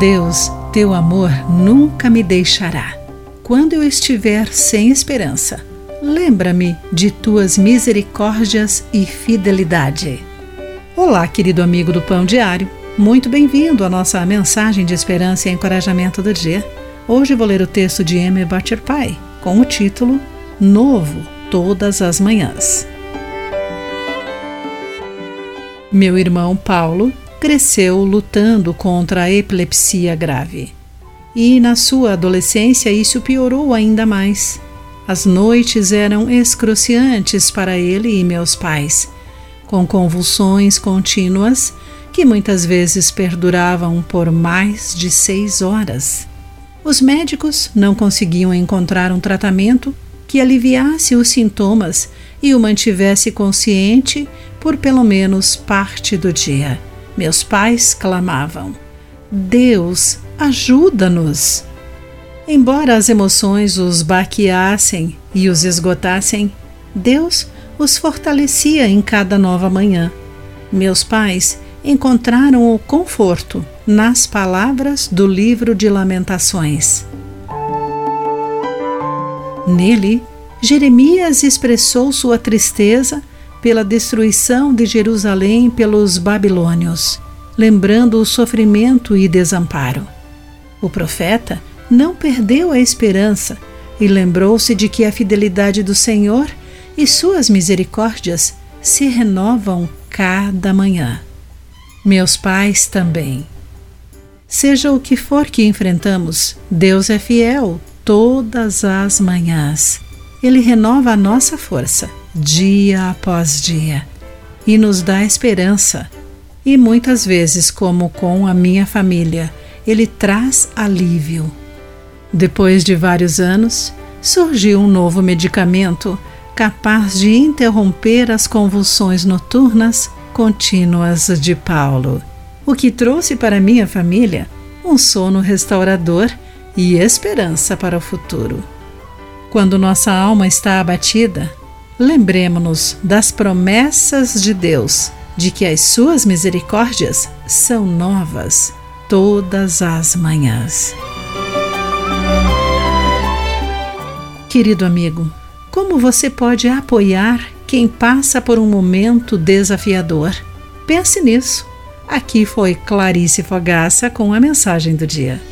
Deus, teu amor nunca me deixará. Quando eu estiver sem esperança, lembra-me de tuas misericórdias e fidelidade. Olá, querido amigo do Pão Diário. Muito bem-vindo à nossa mensagem de esperança e encorajamento do dia. Hoje vou ler o texto de Amy Butcher Pye, com o título Novo Todas as Manhãs. Meu irmão Paulo cresceu lutando contra a epilepsia grave. E na sua adolescência isso piorou ainda mais. As noites eram excruciantes para ele e meus pais, com convulsões contínuas que muitas vezes perduravam por mais de 6 horas. Os médicos não conseguiam encontrar um tratamento que aliviasse os sintomas e o mantivesse consciente por pelo menos parte do dia. Meus pais clamavam: Deus, ajuda-nos! Embora as emoções os baqueassem e os esgotassem, Deus os fortalecia em cada nova manhã. Meus pais encontraram o conforto nas palavras do livro de Lamentações. Nele, Jeremias expressou sua tristeza pela destruição de Jerusalém pelos babilônios, lembrando o sofrimento e desamparo. O profeta não perdeu a esperança e lembrou-se de que a fidelidade do Senhor e suas misericórdias se renovam cada manhã. Meus pais também. Seja o que for que enfrentamos, Deus é fiel todas as manhãs. Ele renova a nossa força, dia após dia, e nos dá esperança. E muitas vezes, como com a minha família, Ele traz alívio. Depois de vários anos, surgiu um novo medicamento capaz de interromper as convulsões noturnas contínuas de Paulo, o que trouxe para minha família um sono restaurador e esperança para o futuro. Quando nossa alma está abatida, lembremo-nos das promessas de Deus, de que as suas misericórdias são novas todas as manhãs. Querido amigo, como você pode apoiar quem passa por um momento desafiador? Pense nisso. Aqui foi Clarice Fogaça com a mensagem do dia.